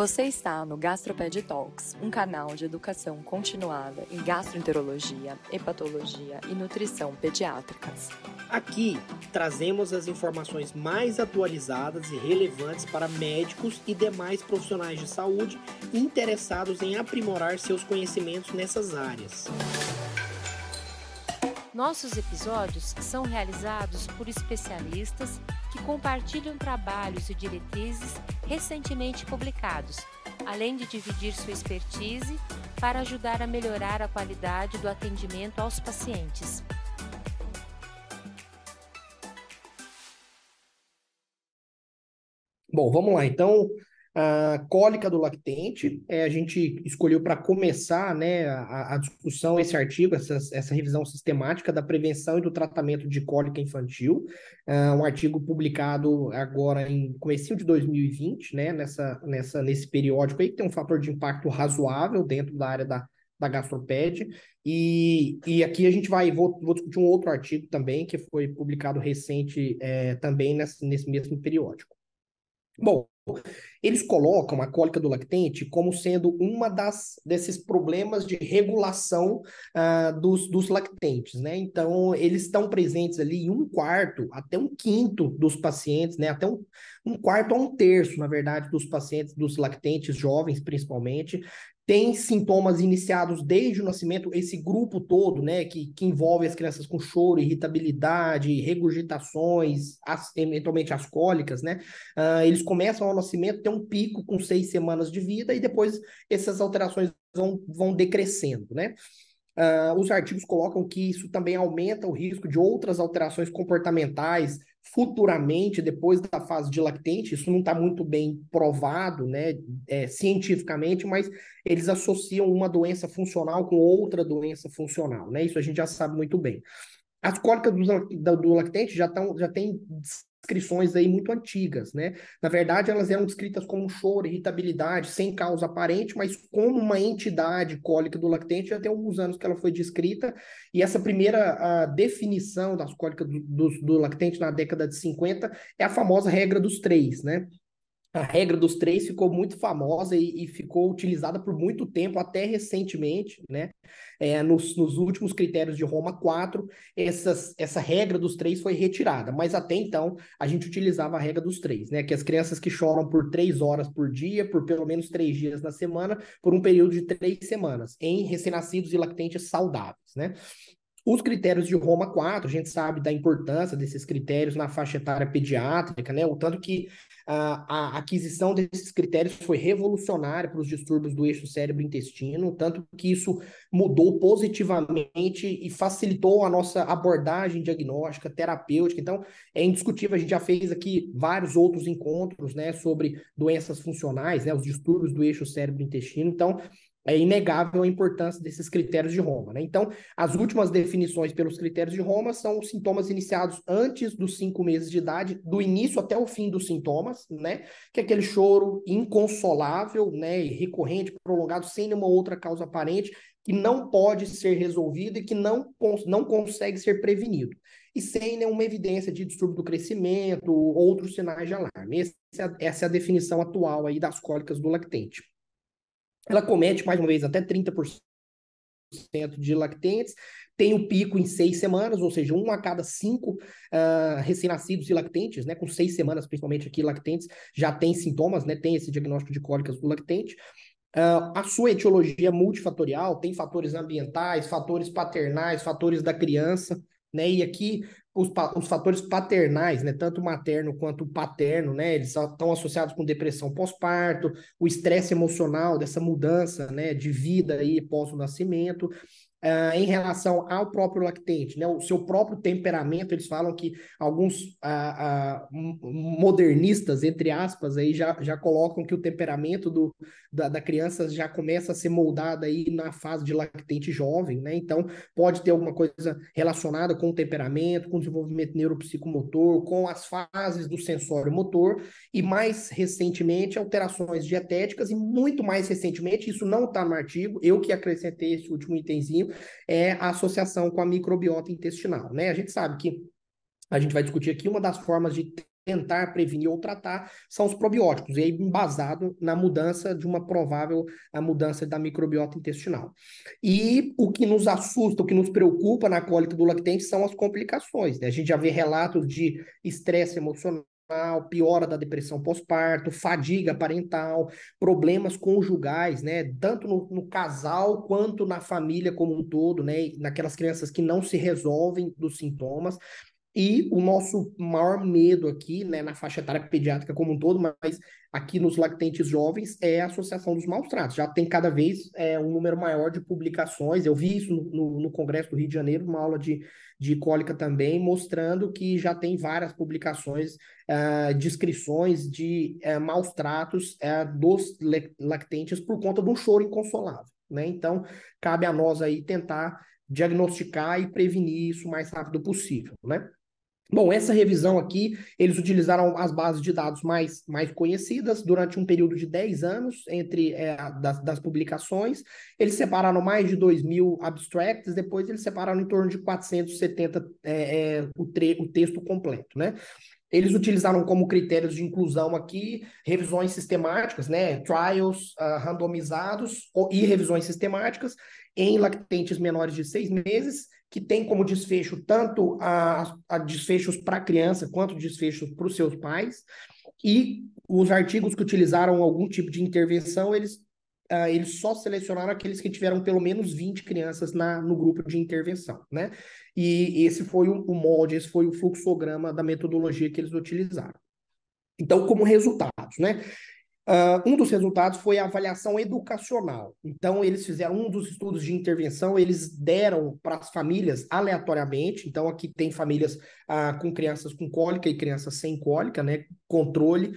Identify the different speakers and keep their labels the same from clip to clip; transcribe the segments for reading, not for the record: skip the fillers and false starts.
Speaker 1: Você está no Gastroped Talks, um canal de educação continuada em gastroenterologia, hepatologia e nutrição pediátricas.
Speaker 2: Aqui trazemos as informações mais atualizadas e relevantes para médicos e demais profissionais de saúde interessados em aprimorar seus conhecimentos nessas áreas.
Speaker 3: Nossos episódios são realizados por especialistas que compartilham trabalhos e diretrizes recentemente publicados, além de dividir sua expertise para ajudar a melhorar a qualidade do atendimento aos pacientes.
Speaker 2: Bom, vamos lá. Então, a cólica do lactente, a gente escolheu para começar, né, a discussão, esse artigo, essa revisão sistemática da prevenção e do tratamento de cólica infantil, um artigo publicado agora em comecinho de 2020, né, nesse periódico aí, que tem um fator de impacto razoável dentro da área da Gastroped, e aqui a gente vou discutir um outro artigo também, que foi publicado recente também nesse mesmo periódico. Bom, eles colocam a cólica do lactente como sendo uma desses problemas de regulação dos lactentes, né? Então, eles estão presentes ali em 1/4 até 1/5 dos pacientes, né? Até 1/4 a 1/3, na verdade, dos pacientes, dos lactentes jovens, principalmente, tem sintomas iniciados desde o nascimento, esse grupo todo, né, que envolve as crianças com choro, irritabilidade, regurgitações, eventualmente as cólicas, né? Eles começam ao nascimento, tem um pico com 6 semanas de vida e depois essas alterações vão decrescendo, né? Os artigos colocam que isso também aumenta o risco de outras alterações comportamentais futuramente, depois da fase de lactente. Isso não está muito bem provado, né, cientificamente, mas eles associam uma doença funcional com outra doença funcional, né? Isso a gente já sabe muito bem. As cólicas do lactente já têm descrições aí muito antigas, né? Na verdade, elas eram descritas como choro, irritabilidade, sem causa aparente, mas como uma entidade cólica do lactente, já tem alguns anos que ela foi descrita, e essa primeira definição das cólicas do lactente na década de 50 é a famosa regra dos 3, né? A regra dos 3 ficou muito famosa e ficou utilizada por muito tempo, até recentemente, né? Nos últimos critérios de Roma 4, essa regra dos 3 foi retirada, mas até então a gente utilizava a regra dos 3, né? Que as crianças que choram por 3 horas por dia, por pelo menos 3 dias na semana, por um período de 3 semanas, em recém-nascidos e lactentes saudáveis, né? Os critérios de Roma 4, a gente sabe da importância desses critérios na faixa etária pediátrica, né? O tanto que a aquisição desses critérios foi revolucionária para os distúrbios do eixo cérebro-intestino, tanto que isso mudou positivamente e facilitou a nossa abordagem diagnóstica, terapêutica. Então, é indiscutível, a gente já fez aqui vários outros encontros, né, sobre doenças funcionais, né, os distúrbios do eixo cérebro-intestino. Então, é inegável a importância desses critérios de Roma, né? Então, as últimas definições pelos critérios de Roma são os sintomas iniciados antes dos 5 meses de idade, do início até o fim dos sintomas, né? Que é aquele choro inconsolável, né? E recorrente, prolongado, sem nenhuma outra causa aparente, que não pode ser resolvido e que não consegue ser prevenido. E sem nenhuma evidência de distúrbio do crescimento, outros sinais de alarme. Essa é a definição atual aí das cólicas do lactente. Ela comete, mais uma vez, até 30% de lactentes, tem o pico em 6 semanas, ou seja, 1 a cada 5 recém-nascidos e lactentes, né, com 6 semanas, principalmente aqui, lactentes, já tem sintomas, né, tem esse diagnóstico de cólicas do lactente. A sua etiologia é multifatorial, tem fatores ambientais, fatores paternais, fatores da criança, né? E aqui os fatores paternais, né? Tanto materno quanto paterno, né? Eles estão associados com depressão pós-parto, o estresse emocional dessa mudança, né, de vida aí pós o nascimento. Em relação ao próprio lactente, né, o seu próprio temperamento, eles falam que alguns modernistas, entre aspas, aí já colocam que o temperamento da criança já começa a ser moldado aí na fase de lactente jovem, né? Então, pode ter alguma coisa relacionada com o temperamento, com o desenvolvimento neuropsicomotor, com as fases do sensório motor, e mais recentemente, alterações dietéticas, e muito mais recentemente, isso não está no artigo, eu que acrescentei esse último itemzinho, é a associação com a microbiota intestinal, né? A gente sabe que a gente vai discutir aqui uma das formas de tentar prevenir ou tratar são os probióticos, e aí embasado na mudança de uma provável mudança da microbiota intestinal. E o que nos assusta, o que nos preocupa na cólica do lactente são as complicações, né? A gente já vê relatos de estresse emocional, piora da depressão pós-parto, fadiga parental, problemas conjugais, né? Tanto no casal quanto na família como um todo, né? Naquelas crianças que não se resolvem dos sintomas. E o nosso maior medo aqui, né, na faixa etária pediátrica como um todo, mas aqui nos lactentes jovens, é a associação dos maus tratos. Já tem cada vez um número maior de publicações. Eu vi isso no Congresso do Rio de Janeiro, uma aula de cólica também, mostrando que já tem várias publicações, descrições de maus tratos dos lactentes por conta de um choro inconsolável, né? Então, cabe a nós aí tentar diagnosticar e prevenir isso o mais rápido possível, né? Bom, essa revisão aqui, eles utilizaram as bases de dados mais conhecidas durante um período de 10 anos entre das publicações. Eles separaram mais de 2.000 abstracts, depois eles separaram em torno de 470 o texto completo, né? Eles utilizaram como critérios de inclusão aqui revisões sistemáticas, né? Trials randomizados e revisões sistemáticas em lactentes menores de 6 meses, que tem como desfecho tanto a desfechos para a criança quanto desfechos para os seus pais. E os artigos que utilizaram algum tipo de intervenção, eles só selecionaram aqueles que tiveram pelo menos 20 crianças no grupo de intervenção, né? E esse foi o molde, esse foi o fluxograma da metodologia que eles utilizaram. Então, como resultados, né? Um dos resultados foi a avaliação educacional. Então, eles fizeram um dos estudos de intervenção, eles deram para as famílias aleatoriamente. Então, aqui tem famílias com crianças com cólica e crianças sem cólica, né? Controle.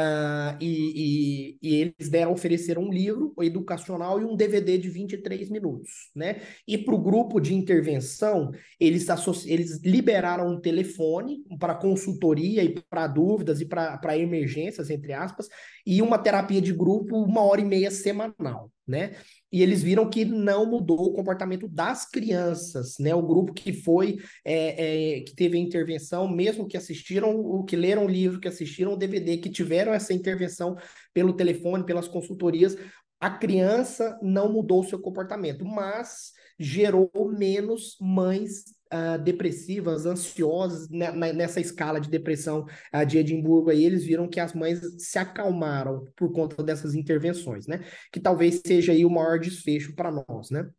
Speaker 2: E eles ofereceram um livro educacional e um DVD de 23 minutos, né? E para o grupo de intervenção, eles liberaram um telefone para consultoria e para dúvidas e para emergências, entre aspas, e uma terapia de grupo 1h30 semanal, né? E eles viram que não mudou o comportamento das crianças, né? O grupo que foi, que teve a intervenção, mesmo que assistiram, que leram o livro, que assistiram o DVD, que tiveram essa intervenção pelo telefone, pelas consultorias, a criança não mudou o seu comportamento, mas gerou menos mães depressivas, ansiosas, nessa escala de depressão de Edimburgo. Aí eles viram que as mães se acalmaram por conta dessas intervenções, né? Que talvez seja aí o maior desfecho para nós, né?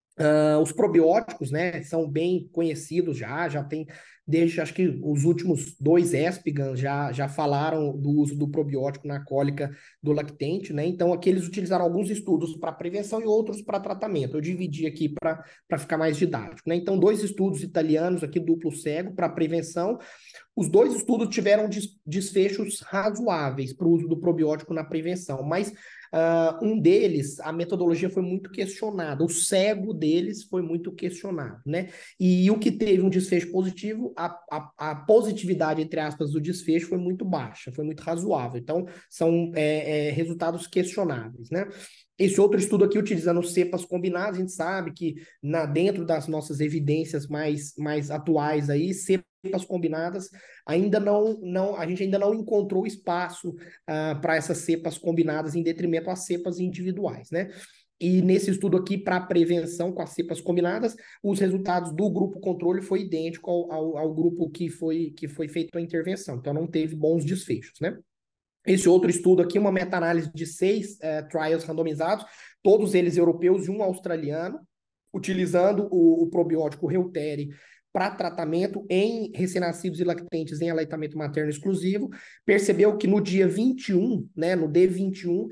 Speaker 2: Os probióticos, né, são bem conhecidos já tem, desde acho que os últimos 2 ESPGANs já falaram do uso do probiótico na cólica do lactente, né? Então aqui eles utilizaram alguns estudos para prevenção e outros para tratamento. Eu dividi aqui para ficar mais didático, né? Então 2 estudos italianos aqui, duplo cego, para prevenção. Os 2 estudos tiveram desfechos razoáveis para o uso do probiótico na prevenção, mas um deles, a metodologia foi muito questionada, o cego deles foi muito questionado, né? E o que teve um desfecho positivo, a positividade, entre aspas, do desfecho foi muito baixa, foi muito razoável. Então, são resultados questionáveis, né? Esse outro estudo aqui, utilizando cepas combinadas, a gente sabe que dentro das nossas evidências mais atuais aí, cepas combinadas, a gente ainda não encontrou espaço para essas cepas combinadas em detrimento às cepas individuais, né? E nesse estudo aqui, para prevenção com as cepas combinadas, os resultados do grupo controle foi idêntico ao grupo que foi feito a intervenção. Então, não teve bons desfechos, né? Esse outro estudo aqui, uma meta-análise de 6 trials randomizados, todos eles europeus e um australiano, utilizando o probiótico Reuteri para tratamento em recém-nascidos e lactentes em aleitamento materno exclusivo, percebeu que no dia 21, né, no D21,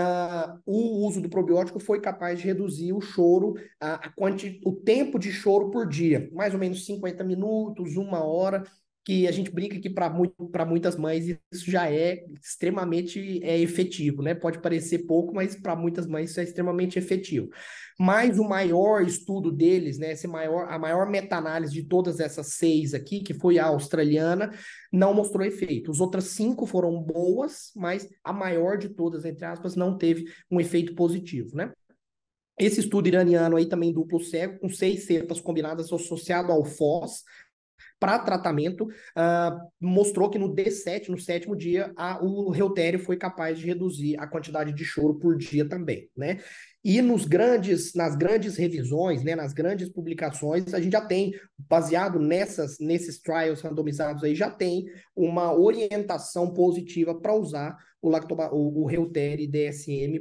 Speaker 2: o uso do probiótico foi capaz de reduzir o choro, o tempo de choro por dia, mais ou menos 50 minutos, 1 hora, que a gente brinca que para muitas mães isso já é extremamente efetivo, né? Pode parecer pouco, mas para muitas mães isso é extremamente efetivo. Mas o maior estudo deles, né, a maior meta-análise de todas essas 6 aqui, que foi a australiana, não mostrou efeito. As outras 5 foram boas, mas a maior de todas, entre aspas, não teve um efeito positivo, né? Esse estudo iraniano aí também duplo cego, com 6 cepas combinadas associado ao FOS, para tratamento, mostrou que no D7, no sétimo dia, o Reutério foi capaz de reduzir a quantidade de choro por dia também, né? E nas grandes revisões, né, nas grandes publicações, a gente já tem, baseado nesses trials randomizados aí, já tem uma orientação positiva para usar o Reutério DSM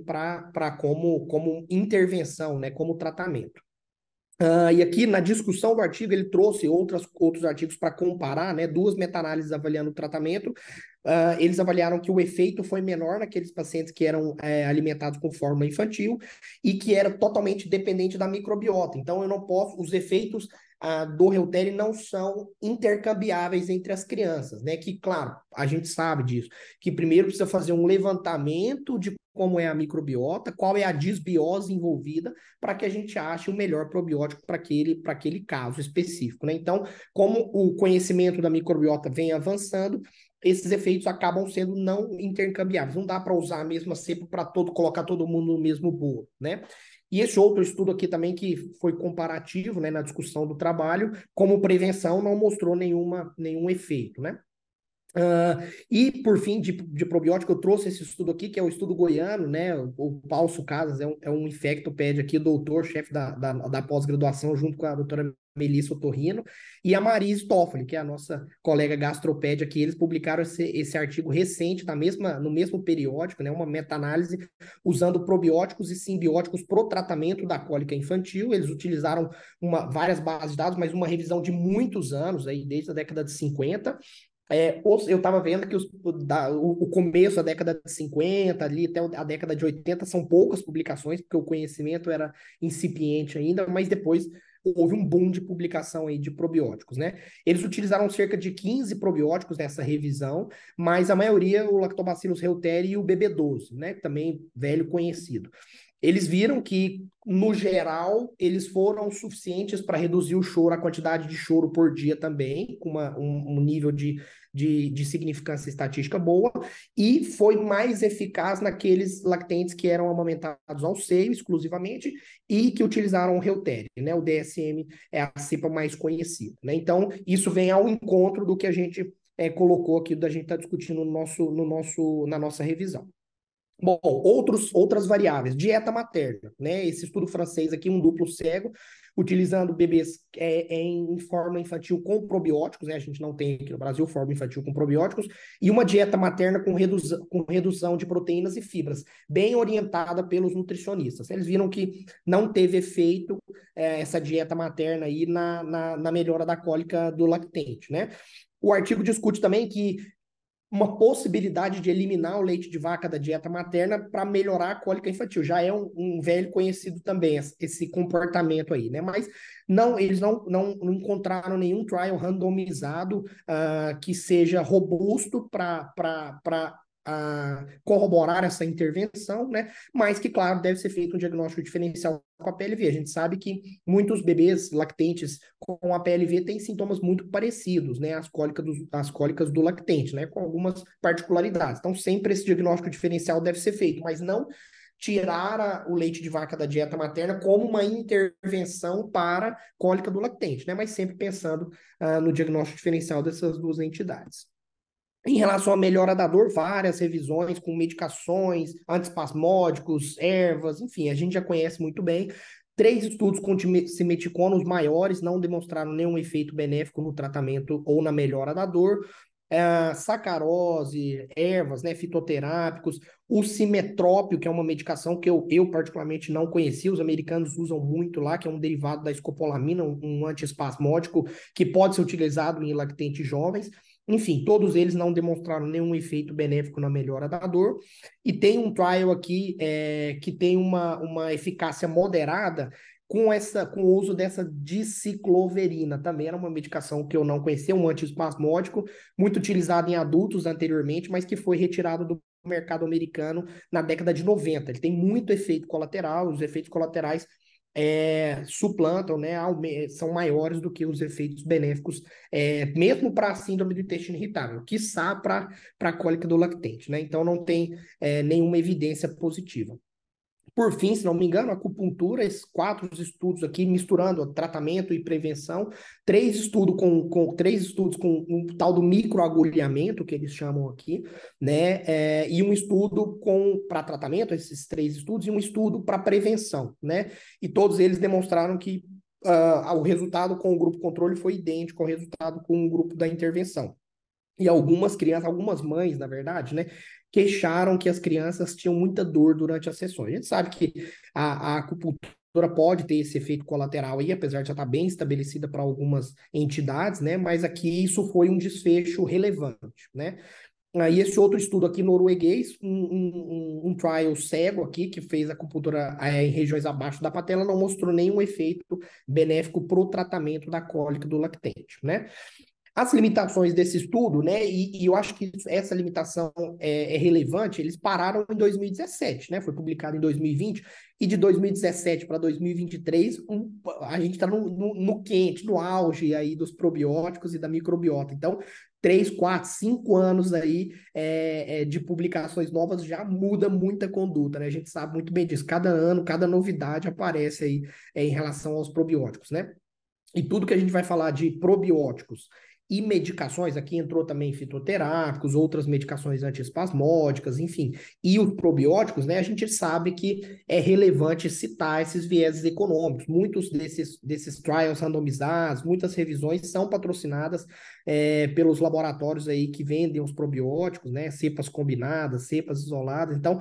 Speaker 2: como intervenção, né, como tratamento. E aqui na discussão do artigo ele trouxe outros artigos para comparar, né, duas meta-análises avaliando o tratamento. Eles avaliaram que o efeito foi menor naqueles pacientes que eram alimentados com fórmula infantil e que era totalmente dependente da microbiota. Então, os efeitos do Reutério não são intercambiáveis entre as crianças, né? Que, claro, a gente sabe disso, que primeiro precisa fazer um levantamento de como é a microbiota, qual é a disbiose envolvida, para que a gente ache o melhor probiótico para aquele caso específico, né? Então, como o conhecimento da microbiota vem avançando, esses efeitos acabam sendo não intercambiáveis. Não dá para usar a mesma cepa para colocar todo mundo no mesmo bolo, né? E esse outro estudo aqui também, que foi comparativo, né, na discussão do trabalho, como prevenção, não mostrou nenhum efeito, né? E, por fim, de probiótico, eu trouxe esse estudo aqui, que é o estudo goiano, né? O Paulo Sucasas é um infectoped aqui, doutor, chefe da pós-graduação, junto com a doutora Melissa Otorrino, e a Marise Toffoli, que é a nossa colega gastroped aqui. Eles publicaram esse artigo recente no mesmo periódico, né? Uma meta-análise usando probióticos e simbióticos para o tratamento da cólica infantil. Eles utilizaram várias bases de dados, mas uma revisão de muitos anos, aí, desde a década de 50. Eu estava vendo que o começo da década de 50, ali até a década de 80, são poucas publicações, porque o conhecimento era incipiente ainda, mas depois houve um boom de publicação aí de probióticos, né? Eles utilizaram cerca de 15 probióticos nessa revisão, mas a maioria o Lactobacillus reuteri e o BB12, né? Também velho conhecido. Eles viram que, no geral, eles foram suficientes para reduzir o choro, a quantidade de choro por dia também, com um nível de significância estatística boa, e foi mais eficaz naqueles lactentes que eram amamentados ao seio exclusivamente e que utilizaram o Reutério, né? O DSM é a cepa mais conhecida, né? Então, isso vem ao encontro do que a gente colocou aqui, da gente estar discutindo na nossa revisão. Bom, outras variáveis, dieta materna, né? Esse estudo francês aqui, um duplo cego, utilizando bebês em forma infantil com probióticos, né? A gente não tem aqui no Brasil forma infantil com probióticos, e uma dieta materna com redução de proteínas e fibras, bem orientada pelos nutricionistas. Eles viram que não teve efeito essa dieta materna aí na melhora da cólica do lactente, né? O artigo discute também que uma possibilidade de eliminar o leite de vaca da dieta materna para melhorar a cólica infantil. Já é um velho conhecido também, esse comportamento aí, né? Mas eles não encontraram nenhum trial randomizado que seja robusto para corroborar essa intervenção, né? Mas que, claro, deve ser feito um diagnóstico diferencial com a PLV. A gente sabe que muitos bebês lactentes com a PLV têm sintomas muito parecidos, né? As cólicas do lactente, né? Com algumas particularidades. Então, sempre esse diagnóstico diferencial deve ser feito, mas não tirar o leite de vaca da dieta materna como uma intervenção para cólica do lactente, né? Mas sempre pensando no diagnóstico diferencial dessas duas entidades. Em relação à melhora da dor, várias revisões com medicações, antiespasmódicos, ervas, enfim, a gente já conhece muito bem. 3 estudos com simeticona, os maiores, não demonstraram nenhum efeito benéfico no tratamento ou na melhora da dor. Sacarose, ervas, né, fitoterápicos, o simetrópio, que é uma medicação que eu particularmente não conhecia, os americanos usam muito lá, que é um derivado da escopolamina, um antiespasmódico que pode ser utilizado em lactentes jovens. Enfim, todos eles não demonstraram nenhum efeito benéfico na melhora da dor. E tem um trial aqui que tem uma eficácia moderada com o uso dessa dicicloverina. Também era uma medicação que eu não conhecia, um antiespasmódico, muito utilizado em adultos anteriormente, mas que foi retirado do mercado americano na década de 90. Ele tem muito efeito colateral, os efeitos colaterais suplantam, né, são maiores do que os efeitos benéficos, mesmo para a síndrome do intestino irritável, quiçá para a cólica do lactente, né? Então não tem nenhuma evidência positiva. Por fim, se não me engano, acupuntura, esses 4 estudos aqui, misturando tratamento e prevenção, 3 estudos com um tal do microagulhamento, que eles chamam aqui, né? E um estudo para tratamento, esses 3 estudos, e um estudo para prevenção, né? E todos eles demonstraram que o resultado com o grupo controle foi idêntico ao resultado com o grupo da intervenção. E algumas crianças, algumas mães, na verdade, né, queixaram que as crianças tinham muita dor durante as sessões. A gente sabe que a acupuntura pode ter esse efeito colateral aí, apesar de já estar bem estabelecida para algumas entidades, né, mas aqui isso foi um desfecho relevante, né. E esse outro estudo aqui norueguês, um trial cego aqui, que fez acupuntura em regiões abaixo da patela, não mostrou nenhum efeito benéfico para o tratamento da cólica do lactente, né? As limitações desse estudo, né, e eu acho que essa limitação é relevante, eles pararam em 2017, né, foi publicado em 2020, e de 2017 para 2023, a gente está no quente, no auge aí dos probióticos e da microbiota. Então, 3, 4, 5 anos aí de publicações novas já muda muita conduta, né? A gente sabe muito bem disso. Cada ano, cada novidade aparece aí em relação aos probióticos, né? E tudo que a gente vai falar de probióticos e medicações, aqui entrou também fitoterápicos, outras medicações antiespasmódicas, enfim, e os probióticos, né, a gente sabe que é relevante citar esses vieses econômicos. Muitos desses trials randomizados, muitas revisões são patrocinadas pelos laboratórios aí que vendem os probióticos, né, cepas combinadas, cepas isoladas. Então,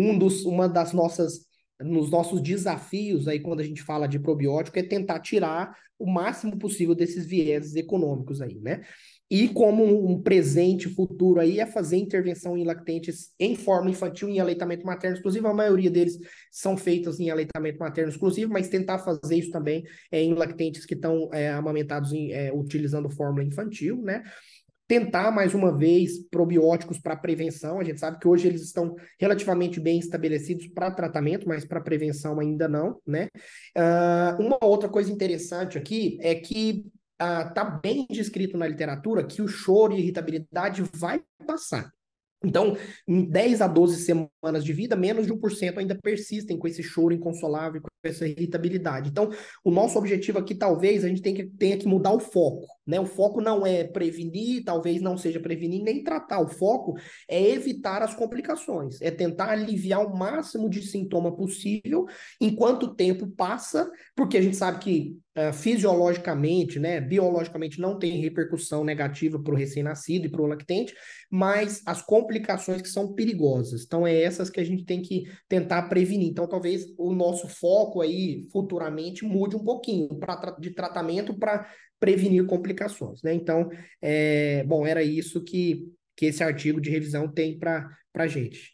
Speaker 2: nos nossos desafios aí quando a gente fala de probiótico é tentar tirar o máximo possível desses vieses econômicos aí, né? E como um presente futuro aí é fazer intervenção em lactentes em forma infantil em aleitamento materno exclusivo. A maioria deles são feitas em aleitamento materno exclusivo, mas tentar fazer isso também em lactentes que estão amamentados utilizando fórmula infantil, né? Tentar, mais uma vez, probióticos para prevenção. A gente sabe que hoje eles estão relativamente bem estabelecidos para tratamento, mas para prevenção ainda não, né? Uma outra coisa interessante aqui é que está bem descrito na literatura que o choro e irritabilidade vai passar. Então, em 10 a 12 semanas de vida, menos de 1% ainda persistem com esse choro inconsolável, com essa irritabilidade. Então, o nosso objetivo aqui, talvez, a gente tenha que mudar o foco, né? O foco não é prevenir, talvez não seja prevenir, nem tratar. O foco é evitar as complicações, é tentar aliviar o máximo de sintoma possível enquanto o tempo passa, porque a gente sabe que fisiologicamente, né, biologicamente não tem repercussão negativa para o recém-nascido e para o lactente, mas as complicações que são perigosas. Então, é essas que a gente tem que tentar prevenir. Então, talvez o nosso foco aí, futuramente, mude um pouquinho de tratamento para prevenir complicações, né? Então, bom, era isso que esse artigo de revisão tem para a gente.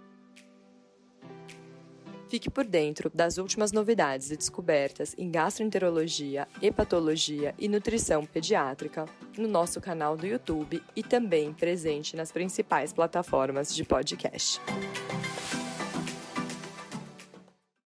Speaker 1: Fique por dentro das últimas novidades e descobertas em gastroenterologia, hepatologia e nutrição pediátrica no nosso canal do YouTube e também presente nas principais plataformas de podcast.